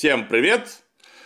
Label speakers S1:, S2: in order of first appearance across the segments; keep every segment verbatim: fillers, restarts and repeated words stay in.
S1: Всем привет!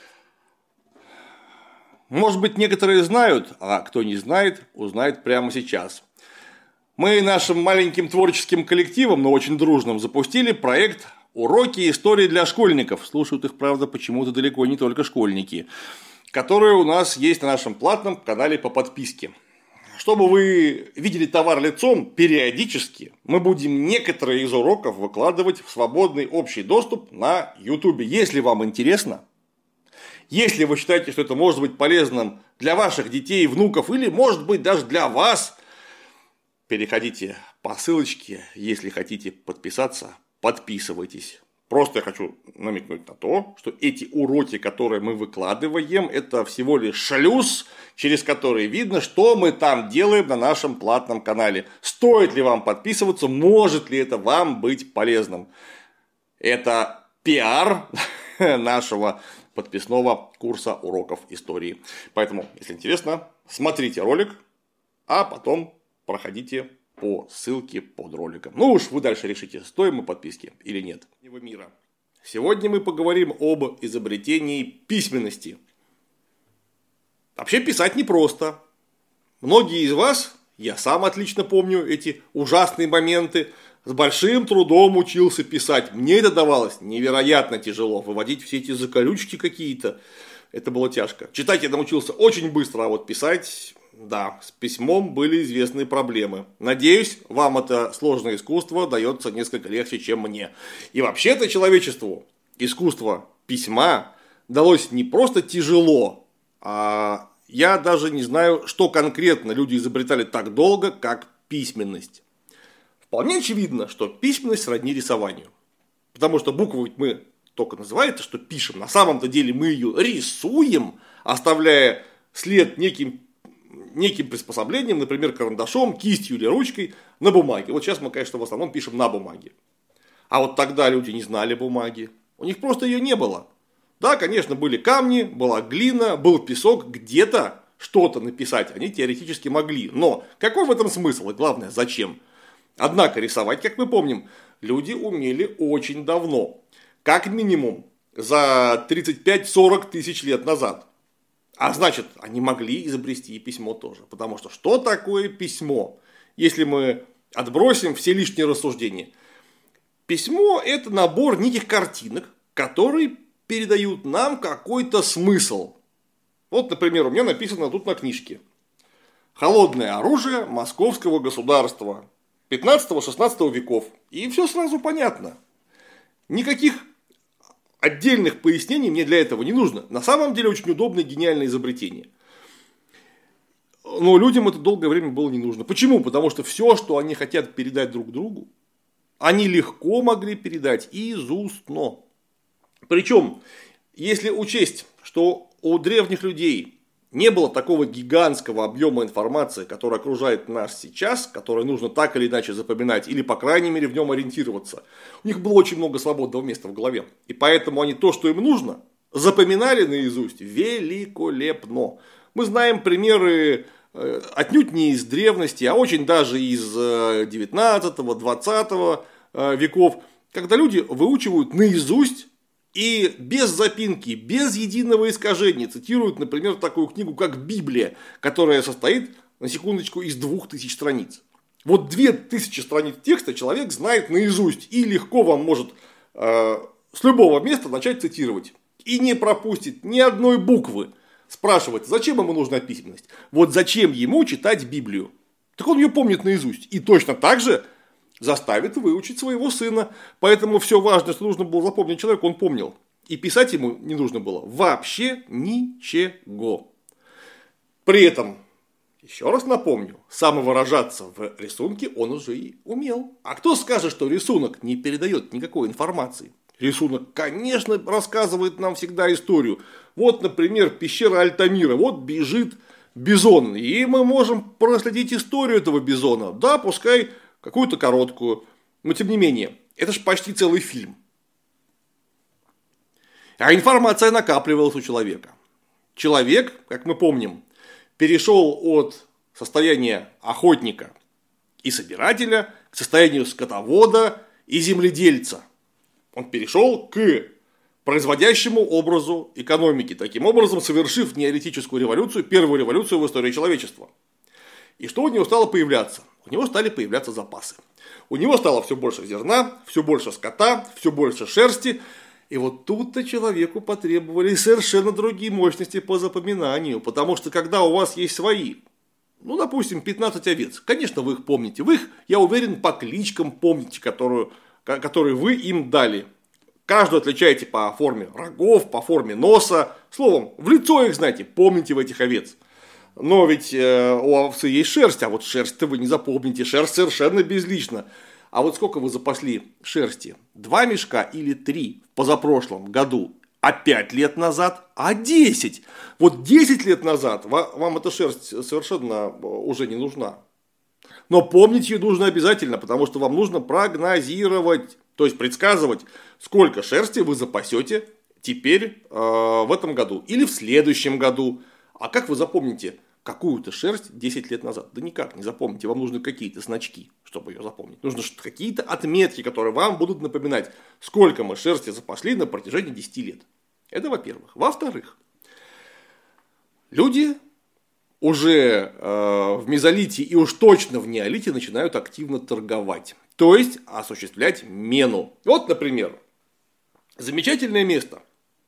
S1: Может быть, некоторые знают, а кто не знает, узнает прямо сейчас. Мы нашим маленьким творческим коллективом, но очень дружным, запустили проект «Уроки истории для школьников». Слушают их, правда, почему-то далеко не только школьники, которые у нас есть на нашем платном канале по подписке. Чтобы вы видели товар лицом, периодически мы будем некоторые из уроков выкладывать в свободный общий доступ на YouTube. Если вам интересно, если вы считаете, что это может быть полезным для ваших детей, внуков или, может быть, даже для вас, переходите по ссылочке, если хотите подписаться, подписывайтесь. Просто я хочу намекнуть на то, что эти уроки, которые мы выкладываем, это всего лишь шлюз, через который видно, что мы там делаем на нашем платном канале. Стоит ли вам подписываться, может ли это вам быть полезным. Это пиар нашего подписного курса уроков истории. Поэтому, если интересно, смотрите ролик, а потом проходите по ссылке под роликом. Ну уж вы дальше решите, стоим мы подписки или нет. Мира. Сегодня мы поговорим об изобретении письменности. Вообще писать непросто. Многие из вас, я сам отлично помню эти ужасные моменты, с большим трудом учился писать. Мне это давалось невероятно тяжело. Выводить все эти закорючки какие-то. Это было тяжко. Читать я научился очень быстро, а вот писать... Да, с письмом были известные проблемы. Надеюсь, вам это сложное искусство дается несколько легче, чем мне. И вообще-то человечеству искусство письма далось не просто тяжело, а я даже не знаю, что конкретно люди изобретали так долго, как письменность. Вполне очевидно, что письменность сродни рисованию. Потому что буквы мы только называется, что пишем. На самом-то деле мы ее рисуем, оставляя след неким неким приспособлением, например, карандашом, кистью или ручкой на бумаге. Вот сейчас мы, конечно, в основном пишем на бумаге. А вот тогда люди не знали бумаги. У них просто ее не было. Да, конечно, были камни, была глина, был песок. Где-то что-то написать они теоретически могли. Но какой в этом смысл? И главное, зачем? Однако рисовать, как мы помним, люди умели очень давно. Как минимум за тридцать пять - сорок тысяч лет назад. А значит, они могли изобрести и письмо тоже. Потому что что такое письмо? Если мы отбросим все лишние рассуждения. Письмо – это набор неких картинок, которые передают нам какой-то смысл. Вот, например, у меня написано тут на книжке. Холодное оружие московского государства пятнадцатого-шестнадцатого веков. И все сразу понятно. Никаких отдельных пояснений мне для этого не нужно. На самом деле очень удобное и гениальное изобретение. Но людям это долгое время было не нужно. Почему? Потому что все, что они хотят передать друг другу, они легко могли передать из устно. Причем, если учесть, что у древних людей не было такого гигантского объема информации, который окружает нас сейчас, который нужно так или иначе запоминать, или, по крайней мере, в нем ориентироваться. У них было очень много свободного места в голове. И поэтому они то, что им нужно, запоминали наизусть великолепно. Мы знаем примеры отнюдь не из древности, а очень даже из девятнадцатого-двадцатого веков, когда люди выучивают наизусть и без запинки, без единого искажения цитируют, например, такую книгу, как Библия, которая состоит, на секундочку, из двух тысяч страниц. Вот две тысячи страниц текста человек знает наизусть и легко вам может э, с любого места начать цитировать. И не пропустит ни одной буквы. Спрашивает, зачем ему нужна письменность? Вот зачем ему читать Библию? Так он ее помнит наизусть. И точно так же заставит выучить своего сына. Поэтому все важное, что нужно было запомнить человеку, он помнил. И писать ему не нужно было вообще ничего. При этом, еще раз напомню, самовыражаться в рисунке он уже и умел. А кто скажет, что рисунок не передает никакой информации? Рисунок, конечно, рассказывает нам всегда историю. Вот, например, пещера Альтамира. Вот бежит бизон. И мы можем проследить историю этого бизона. Да, пускай какую-то короткую. Но тем не менее, это же почти целый фильм. А информация накапливалась у человека. Человек, как мы помним, перешел от состояния охотника и собирателя к состоянию скотовода и земледельца. Он перешел к производящему образу экономики, таким образом совершив неолитическую революцию, первую революцию в истории человечества. И что у него стало появляться? У него стали появляться запасы. У него стало все больше зерна, все больше скота, все больше шерсти. И вот тут-то человеку потребовались совершенно другие мощности по запоминанию. Потому что когда у вас есть свои, ну, допустим, пятнадцать овец, конечно, вы их помните. Вы их, я уверен, по кличкам помните, которую, которые вы им дали. Каждую отличаете по форме рогов, по форме носа. Словом, в лицо их знаете, помните в этих овец. Но ведь э, у овцы есть шерсть, а вот шерсть-то вы не запомните. Шерсть совершенно безлична. А вот сколько вы запасли шерсти? Два мешка или три в позапрошлом году? А пять лет назад? А десять? Вот десять лет назад вам эта шерсть совершенно уже не нужна. Но помнить ее нужно обязательно, потому что вам нужно прогнозировать. То есть предсказывать, сколько шерсти вы запасете теперь э, в этом году или в следующем году. А как вы запомните какую-то шерсть десять лет назад? Да никак не запомните. Вам нужны какие-то значки, чтобы ее запомнить. Нужны какие-то отметки, которые вам будут напоминать, сколько мы шерсти запасли на протяжении десяти лет. Это во-первых. Во-вторых, люди уже э, в мезолите и уж точно в неолите начинают активно торговать. То есть осуществлять мену. Вот, например, замечательное место,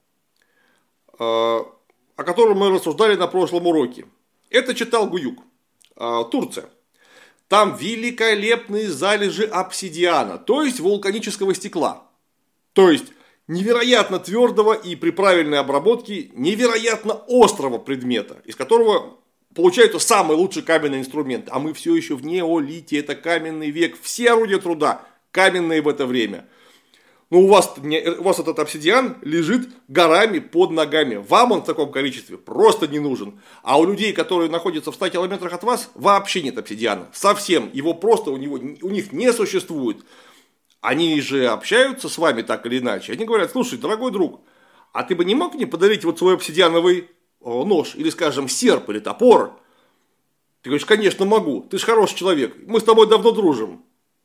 S1: э, о котором мы рассуждали на прошлом уроке. Это Чаталгуюк, э, Турция. Там великолепные залежи обсидиана, то есть вулканического стекла. То есть невероятно твердого и при правильной обработке невероятно острого предмета, из которого получаются самые лучшие каменные инструменты. А мы все еще в неолите, это каменный век, все орудия труда каменные в это время. Но у вас, у вас этот обсидиан лежит горами под ногами. Вам он в таком количестве просто не нужен. А у людей, которые находятся в ста километрах от вас, вообще нет обсидиана. Совсем. Его просто у, него, у них не существует. Они же общаются с вами так или иначе. Они говорят: слушай, дорогой друг, а ты бы не мог мне подарить вот свой обсидиановый нож, или, скажем, серп, или топор? Ты говоришь: конечно, могу, ты же хороший человек, мы с тобой давно дружим.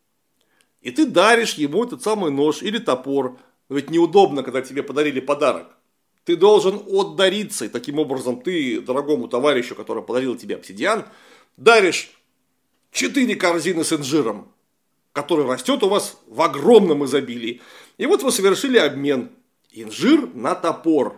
S1: И ты даришь ему этот самый нож или топор. Ведь неудобно, когда тебе подарили подарок. Ты должен отдариться, и таким образом ты дорогому товарищу, который подарил тебе обсидиан, даришь четыре корзины с инжиром, который растет у вас в огромном изобилии. И вот вы совершили обмен. Инжир на топор.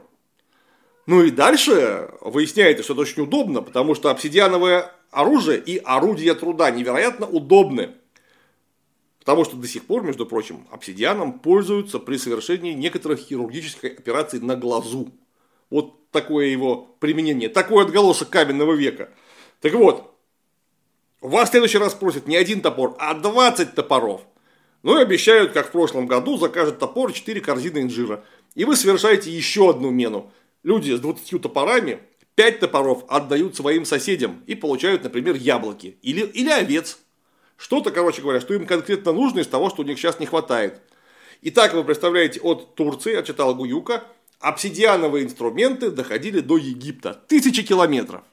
S1: Ну и дальше выясняете, что это очень удобно, потому что обсидиановое оружие и орудия труда невероятно удобны. Потому что до сих пор, между прочим, обсидианом пользуются при совершении некоторых хирургических операций на глазу. Вот такое его применение, такой отголосок каменного века. Так вот, вас в следующий раз просят не один топор, а двадцать топоров. Ну и обещают, как в прошлом году, за каждый топор четыре корзины инжира. И вы совершаете еще одну мену. Люди с двадцатью топорами пять топоров отдают своим соседям и получают, например, яблоки или, или овец. Что-то, короче говоря, что им конкретно нужно из того, что у них сейчас не хватает. Итак, вы представляете, от Турции, от Чаталгуюка, обсидиановые инструменты доходили до Египта. Тысячи километров.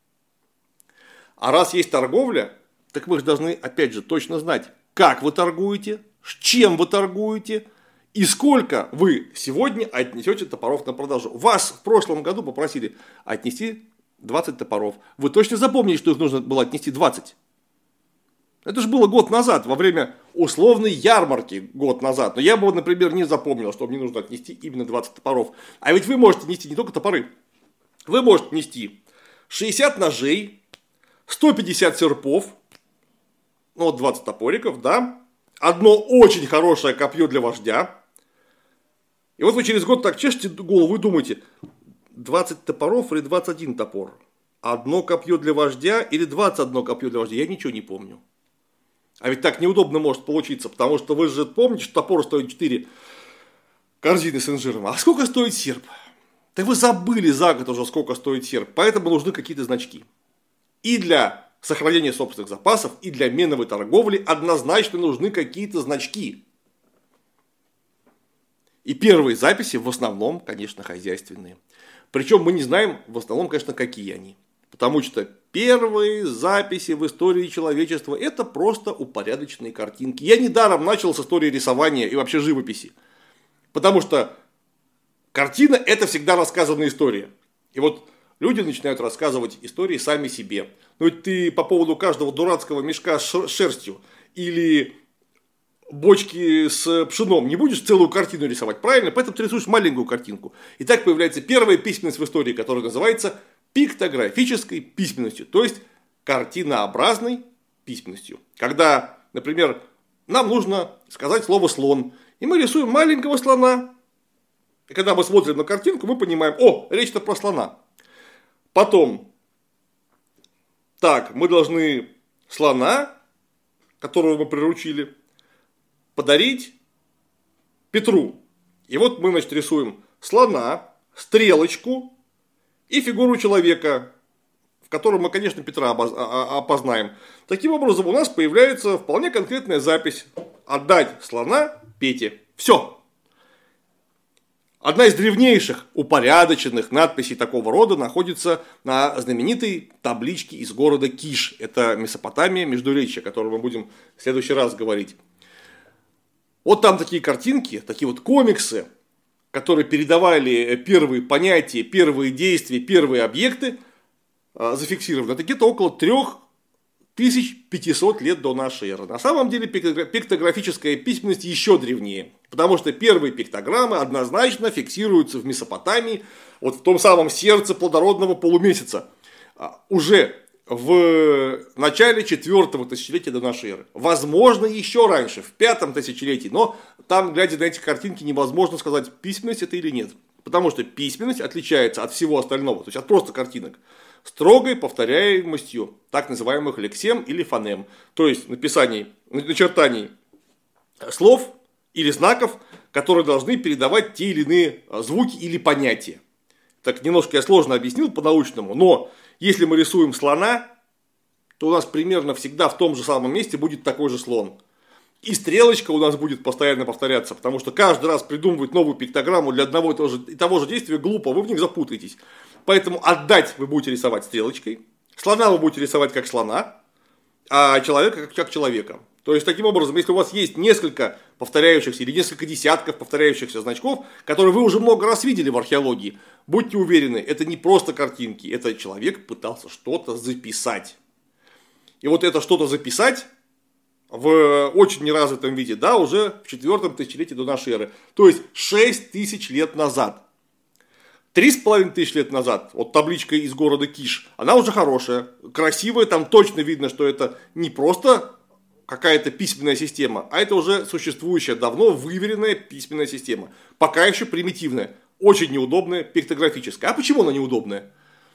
S1: А раз есть торговля, так вы же должны, опять же, точно знать, как вы торгуете, с чем вы торгуете и сколько вы сегодня отнесете топоров на продажу. Вас в прошлом году попросили отнести двадцать топоров. Вы точно запомнили, что их нужно было отнести двадцать? Это же было год назад, во время условной ярмарки год назад. Но я бы, например, не запомнил, что мне нужно отнести именно двадцать топоров. А ведь вы можете нести не только топоры. Вы можете нести шестьдесят ножей, сто пятьдесят серпов, ну вот двадцать топориков, да. Одно очень хорошее копье для вождя. И вот вы через год так чешете голову и думаете: двадцать топоров или двадцать один топор? Одно копье для вождя или двадцать одно копье для вождя? Я ничего не помню. А ведь так неудобно может получиться, потому что вы же помните, что топор стоит четыре корзины с инжиром. А сколько стоит серп? Да вы забыли за год уже, сколько стоит серп. Поэтому нужны какие-то значки. И для сохранения собственных запасов, и для меновой торговли однозначно нужны какие-то значки. И первые записи в основном, конечно, хозяйственные. Причем мы не знаем в основном, конечно, какие они. Потому что первые записи в истории человечества – это просто упорядоченные картинки. Я недаром начал с истории рисования и вообще живописи. Потому что картина – это всегда рассказанная история. И вот люди начинают рассказывать истории сами себе. Ну ведь ты по поводу каждого дурацкого мешка с шерстью или бочки с пшеном не будешь целую картину рисовать, правильно? Поэтому ты рисуешь маленькую картинку. И так появляется первая письменность в истории, которая называется пиктографической письменностью, то есть картинообразной письменностью. Когда, например, нам нужно сказать слово «слон», и мы рисуем маленького слона. И когда мы смотрим на картинку, мы понимаем, о, речь-то про слона. Потом, так, мы должны слона, которого мы приручили, подарить Петру. И вот мы, значит, рисуем слона, стрелочку и фигуру человека, в котором мы, конечно, Петра опознаем. Таким образом, у нас появляется вполне конкретная запись: отдать слона Пете. Все. Одна из древнейших упорядоченных надписей такого рода находится на знаменитой табличке из города Киш. Это Месопотамия, Междуречье, о котором мы будем в следующий раз говорить. Вот там такие картинки, такие вот комиксы, которые передавали первые понятия, первые действия, первые объекты, зафиксированы. Это где-то около трёх тысяч пятисот лет до нашей эры. На самом деле пиктографическая письменность еще древнее. Потому что первые пиктограммы однозначно фиксируются в Месопотамии, вот в том самом сердце плодородного полумесяца, уже в начале четвёртого тысячелетия до нашей эры. Возможно, еще раньше, в пятом тысячелетии, но там, глядя на эти картинки, невозможно сказать, письменность это или нет. Потому что письменность отличается от всего остального, то есть от просто картинок, строгой повторяемостью так называемых лексем или фонем, то есть написаний, начертаний слов или знаков, которые должны передавать те или иные звуки или понятия. Так немножко я сложно объяснил по-научному, но если мы рисуем слона, то у нас примерно всегда в том же самом месте будет такой же слон. И стрелочка у нас будет постоянно повторяться, потому что каждый раз придумывать новую пиктограмму для одного и того же, и того же действия глупо, вы в них запутаетесь. Поэтому отдать вы будете рисовать стрелочкой, слона вы будете рисовать как слона, а человека как человека. То есть, таким образом, если у вас есть несколько повторяющихся или несколько десятков повторяющихся значков, которые вы уже много раз видели в археологии, будьте уверены, это не просто картинки, это человек пытался что-то записать. И вот это что-то записать в очень неразвитом виде, да, уже в четвёртом тысячелетии до нашей эры. То есть шесть тысяч лет назад. Три с половиной тысячи лет назад, вот табличка из города Киш, она уже хорошая, красивая, там точно видно, что это не просто какая-то письменная система, а это уже существующая давно выверенная письменная система. Пока еще примитивная, очень неудобная, пиктографическая. А почему она неудобная?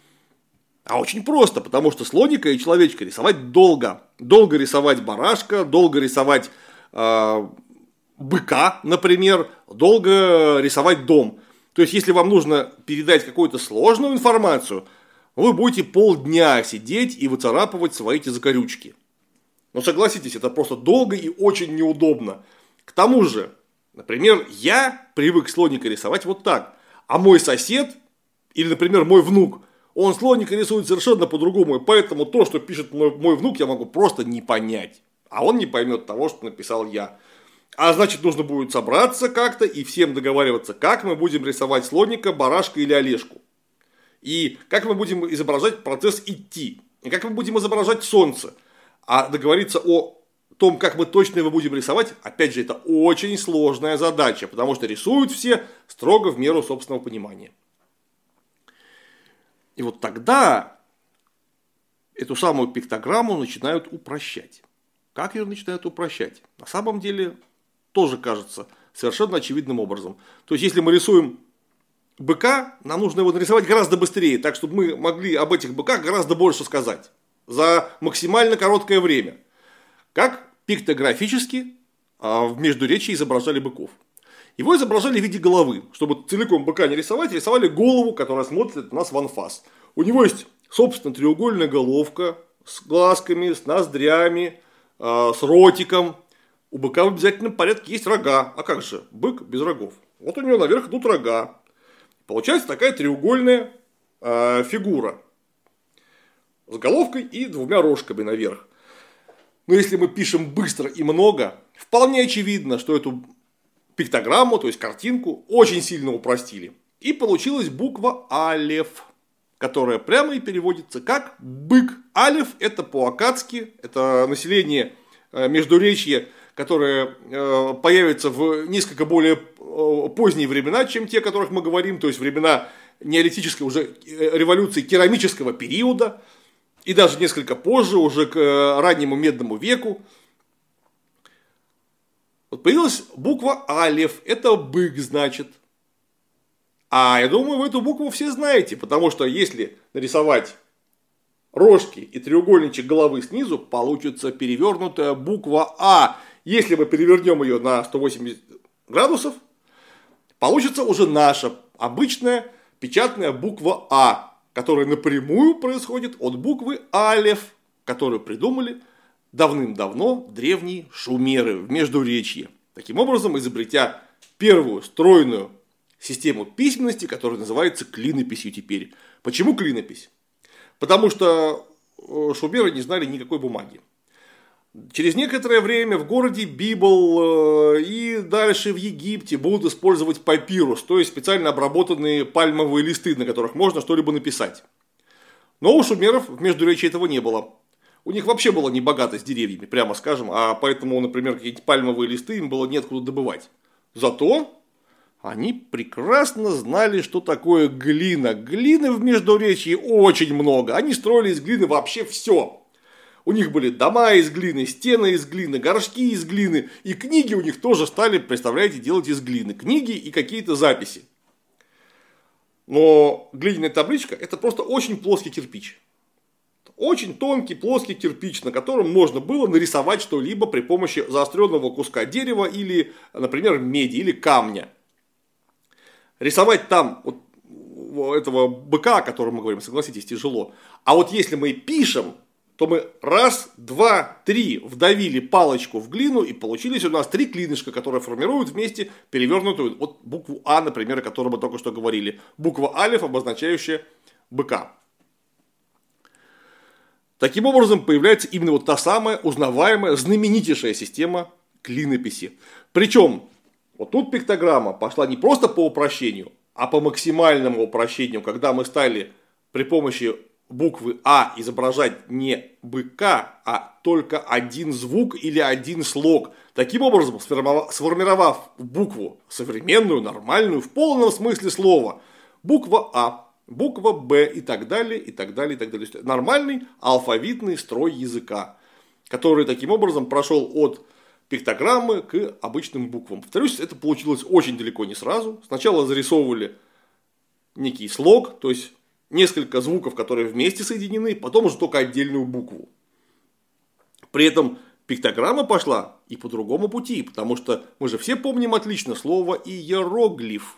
S1: А очень просто, потому что слоника и человечка рисовать долго. Долго рисовать барашка, долго рисовать э, быка, например, долго рисовать дом. То есть, если вам нужно передать какую-то сложную информацию, вы будете полдня сидеть и выцарапывать свои эти закорючки. Но согласитесь, это просто долго и очень неудобно. К тому же, например, я привык слоника рисовать вот так. А мой сосед, или, например, мой внук, он слоника рисует совершенно по-другому. И поэтому то, что пишет мой, мой внук, я могу просто не понять. А он не поймет того, что написал я. А значит, нужно будет собраться как-то и всем договариваться, как мы будем рисовать слоника, барашка или олешку. И как мы будем изображать процесс идти. И как мы будем изображать солнце. А договориться о том, как мы точно его будем рисовать, опять же, это очень сложная задача, потому что рисуют все строго в меру собственного понимания. И вот тогда эту самую пиктограмму начинают упрощать. Как ее начинают упрощать? На самом деле, тоже кажется совершенно очевидным образом. То есть, если мы рисуем быка, нам нужно его нарисовать гораздо быстрее, так, чтобы мы могли об этих быках гораздо больше сказать. За максимально короткое время. Как пиктографически в Междуречии изображали быков. Его изображали в виде головы. Чтобы целиком быка не рисовать, рисовали голову, которая смотрит на нас в анфас. У него есть, собственно, треугольная головка с глазками, с ноздрями, с ротиком. У быка в обязательном порядке есть рога. А как же? Бык без рогов. Вот у него наверх идут рога. Получается такая треугольная фигура. С головкой и двумя рожками наверх. Но если мы пишем быстро и много, вполне очевидно, что эту пиктограмму, то есть картинку, очень сильно упростили. И получилась буква алеф, которая прямо и переводится как бык. Алеф – это по-аккадски, это население Междуречья, которое появится в несколько более поздние времена, чем те, о которых мы говорим, то есть времена неолитической уже революции керамического периода, и даже несколько позже, уже к раннему медному веку. Вот появилась буква алеф, это бык, значит. А я думаю, вы эту букву все знаете, потому что если нарисовать рожки и треугольничек головы снизу, получится перевернутая буква А. Если мы перевернем ее на сто восемьдесят градусов, получится уже наша обычная печатная буква А, которая напрямую происходит от буквы алеф, которую придумали давным-давно древние шумеры в Междуречье. Таким образом, изобретя первую стройную систему письменности, которая называется клинописью теперь. Почему клинопись? Потому что шумеры не знали никакой бумаги. Через некоторое время в городе Библ и дальше в Египте будут использовать папирус, то есть специально обработанные пальмовые листы, на которых можно что-либо написать. Но у шумеров в Междуречье этого не было. У них вообще было небогато с деревьями, прямо скажем, а поэтому, например, какие-то пальмовые листы им было неоткуда добывать. Зато они прекрасно знали, что такое глина. Глины в Междуречье очень много. Они строили из глины вообще все. У них были дома из глины, стены из глины, горшки из глины. И книги у них тоже стали, представляете, делать из глины. Книги и какие-то записи. Но глиняная табличка – это просто очень плоский кирпич. Очень тонкий, плоский кирпич, на котором можно было нарисовать что-либо при помощи заостренного куска дерева или, например, меди или камня. Рисовать там вот этого быка, о котором мы говорим, согласитесь, тяжело. А вот если мы пишем, то мы раз, два, три вдавили палочку в глину, и получились у нас три клинышка, которые формируют вместе перевернутую вот букву А, например, о которой мы только что говорили. Буква алеф, обозначающая быка. Таким образом появляется именно вот та самая узнаваемая, знаменитейшая система клинописи. Причем вот тут пиктограмма пошла не просто по упрощению, а по максимальному упрощению, когда мы стали при помощи буквы А изображать не быка, а только один звук или один слог. Таким образом, сформировав букву современную, нормальную, в полном смысле слова, буква А, буква Б и так далее, и так далее, и так далее. То есть нормальный алфавитный строй языка, который таким образом прошел от пиктограммы к обычным буквам. Повторюсь, это получилось очень далеко не сразу. Сначала зарисовывали некий слог, то есть несколько звуков, которые вместе соединены, потом уже только отдельную букву. При этом пиктограмма пошла и по другому пути, потому что мы же все помним отлично слово иероглиф.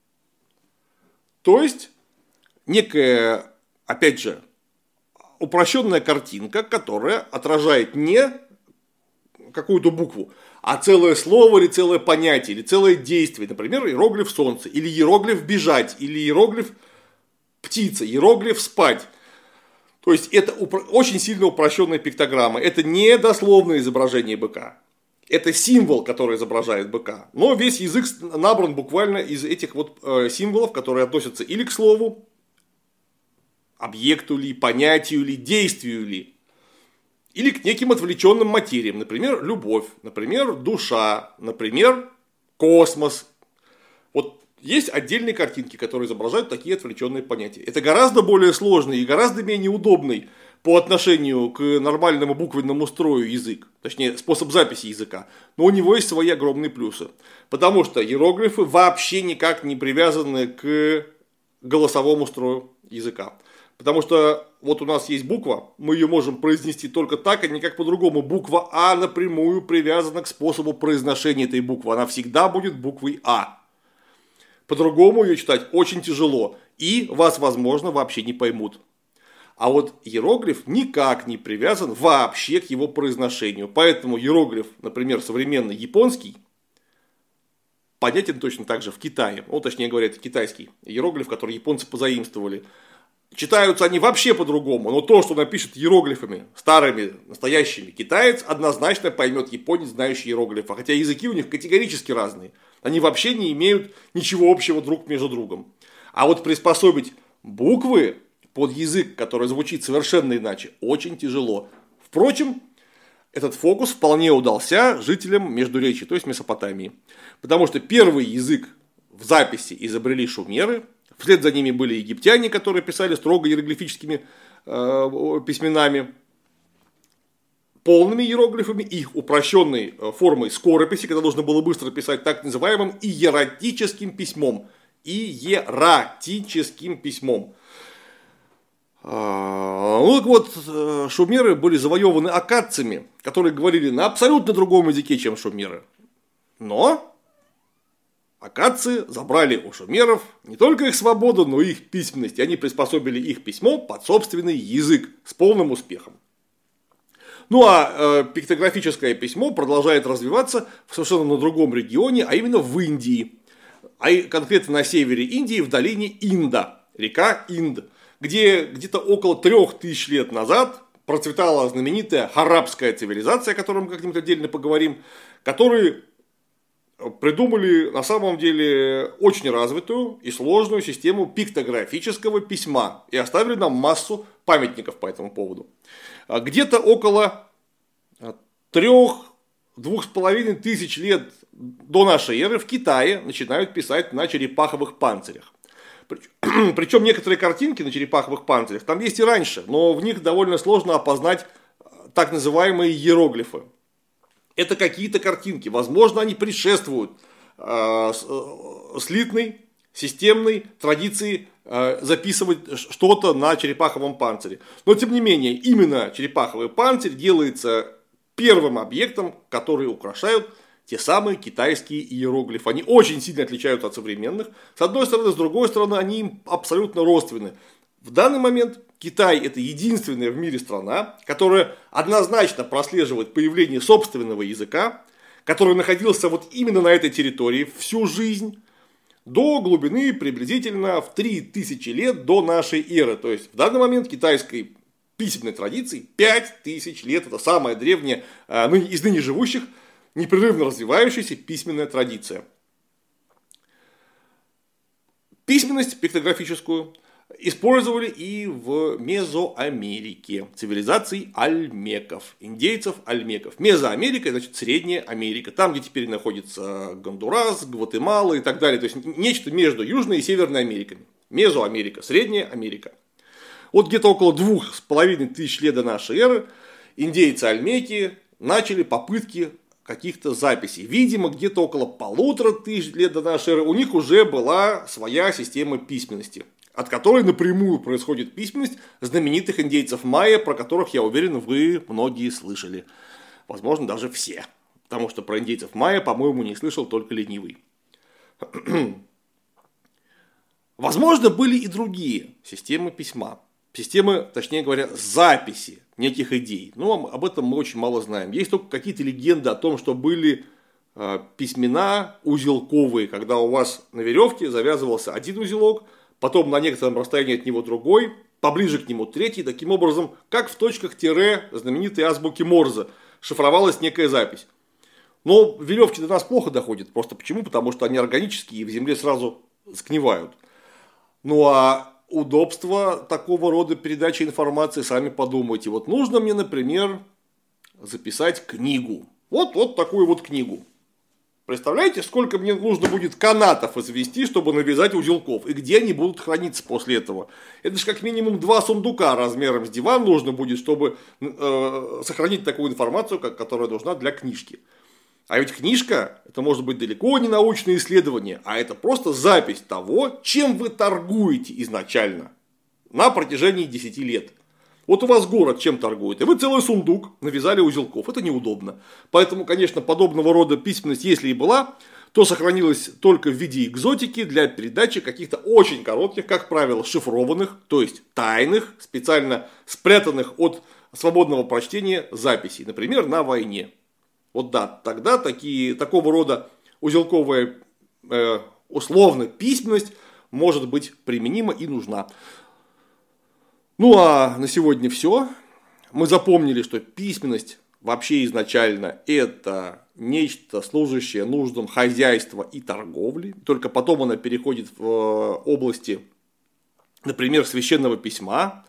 S1: То есть некая, опять же, упрощенная картинка, которая отражает не какую-то букву, а целое слово или целое понятие, или целое действие. Например, иероглиф солнце, или иероглиф бежать, или иероглиф птица, иероглиф спать. То есть это очень сильно упрощенная пиктограмма. Это не дословное изображение быка. Это символ, который изображает быка. Но весь язык набран буквально из этих вот символов, которые относятся или к слову, объекту ли, понятию ли, действию ли, или к неким отвлеченным материям. Например, любовь, например, душа, например, космос. Вот есть отдельные картинки, которые изображают такие отвлеченные понятия. Это гораздо более сложный и гораздо менее удобный по отношению к нормальному буквенному строю язык. Точнее, способ записи языка. Но у него есть свои огромные плюсы. Потому что иероглифы вообще никак не привязаны к голосовому строю языка. Потому что вот у нас есть буква, мы ее можем произнести только так, а не как по-другому. Буква А напрямую привязана к способу произношения этой буквы. Она всегда будет буквой А. По-другому ее читать очень тяжело. И вас, возможно, вообще не поймут. А вот иероглиф никак не привязан вообще к его произношению. Поэтому иероглиф, например, современный японский, понятен точно так же в Китае. Ну, точнее говоря, это китайский иероглиф, который японцы позаимствовали. Читаются они вообще по-другому, но то, что напишет иероглифами, старыми, настоящими, китаец однозначно поймет японец, знающий иероглифы. Хотя языки у них категорически разные. Они вообще не имеют ничего общего друг между другом. А вот приспособить буквы под язык, который звучит совершенно иначе, очень тяжело. Впрочем, этот фокус вполне удался жителям Междуречия, то есть Месопотамии. Потому что первый язык в записи изобрели шумеры, вслед за ними были египтяне, которые писали строго иероглифическими э, письменами, полными иероглифами, их упрощенной формой скорописи, когда нужно было быстро писать, так называемым иератическим письмом. Иератическим письмом. Ну так вот, шумеры были завоеваны аккадцами, которые говорили на абсолютно другом языке, чем шумеры. Но аккадцы забрали у шумеров не только их свободу, но и их письменность. И они приспособили их письмо под собственный язык с полным успехом. Ну а э, пиктографическое письмо продолжает развиваться в совершенно на другом регионе, а именно в Индии. А конкретно на севере Индии, в долине Инда, река Инд, где где-то около трех тысяч лет назад процветала знаменитая харапская цивилизация, о которой мы как-нибудь отдельно поговорим, которые придумали на самом деле очень развитую и сложную систему пиктографического письма и оставили нам массу памятников по этому поводу. Где-то около трех-двух с половиной тысяч лет до нашей эры в Китае начинают писать на черепаховых панцирях. Причем некоторые картинки на черепаховых панцирях там есть и раньше, но в них довольно сложно опознать так называемые иероглифы. Это какие-то картинки, возможно, они предшествуют э, слитной, системной традиции э, записывать что-то на черепаховом панцире. Но, тем не менее, именно черепаховый панцирь делается первым объектом, который украшают те самые китайские иероглифы. Они очень сильно отличаются от современных. С одной стороны, с другой стороны, они им абсолютно родственны. В данный момент Китай – это единственная в мире страна, которая однозначно прослеживает появление собственного языка, который находился вот именно на этой территории всю жизнь, до глубины приблизительно в три тысячи лет до нашей эры. То есть в данный момент китайской письменной традиции пять тысяч лет. Это самая древняя из ныне живущих, непрерывно развивающаяся письменная традиция. Письменность пиктографическую использовали и в Мезоамерике, цивилизации альмеков, индейцев альмеков. Мезоамерика, значит, Средняя Америка, там, где теперь находится Гондурас, Гватемала и так далее. То есть нечто между Южной и Северной Америками. Мезоамерика, Средняя Америка. Вот где-то около двух с половиной тысяч лет до нашей эры индейцы альмеки начали попытки каких-то записей. Видимо, где-то около полутора тысяч лет до нашей эры у них уже была своя система письменности, от которой напрямую происходит письменность знаменитых индейцев майя, про которых, я уверен, вы многие слышали. Возможно, даже все. Потому что про индейцев майя, по-моему, не слышал только ленивый. Возможно, были и другие системы письма. Системы, точнее говоря, записи неких идей. Но об этом мы очень мало знаем. Есть только какие-то легенды о том, что были э, письмена узелковые, когда у вас на веревке завязывался один узелок, потом на некотором расстоянии от него другой, поближе к нему третий. Таким образом, как в точках тире знаменитой азбуки Морзе шифровалась некая запись. Но веревки до нас плохо доходят. Просто почему? Потому что они органические и в земле сразу сгнивают. Ну а удобство такого рода передачи информации, сами подумайте. Вот нужно мне, например, записать книгу. Вот, вот такую вот книгу. Представляете, сколько мне нужно будет канатов извести, чтобы навязать узелков? И где они будут храниться после этого? Это же как минимум два сундука размером с диван нужно будет, чтобы э, сохранить такую информацию, как, которая нужна для книжки. А ведь книжка, это может быть далеко не научное исследование, а это просто запись того, чем вы торгуете изначально на протяжении десяти лет. Вот у вас город чем торгует, и вы целый сундук навязали узелков. Это неудобно. Поэтому, конечно, подобного рода письменность, если и была, то сохранилась только в виде экзотики для передачи каких-то очень коротких, как правило, шифрованных, то есть тайных, специально спрятанных от свободного прочтения записей. Например, на войне. Вот да, тогда такие, такого рода узелковая э, условно письменность может быть применима и нужна. Ну а на сегодня все. Мы запомнили, что письменность вообще изначально это нечто, служащее нуждам хозяйства и торговли. Только потом она переходит в области, например, священного письма.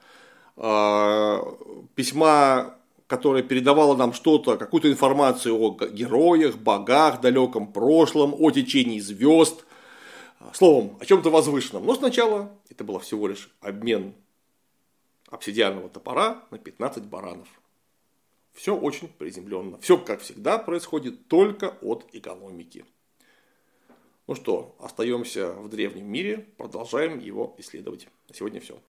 S1: Письма, которое передавало нам что-то, какую-то информацию о героях, богах, далеком прошлом, о течении звезд. Словом, о чем-то возвышенном. Но сначала это было всего лишь обмен обсидианового топора на пятнадцать баранов. Все очень приземленно. Все, как всегда, происходит только от экономики. Ну что, остаемся в древнем мире, продолжаем его исследовать. На сегодня все.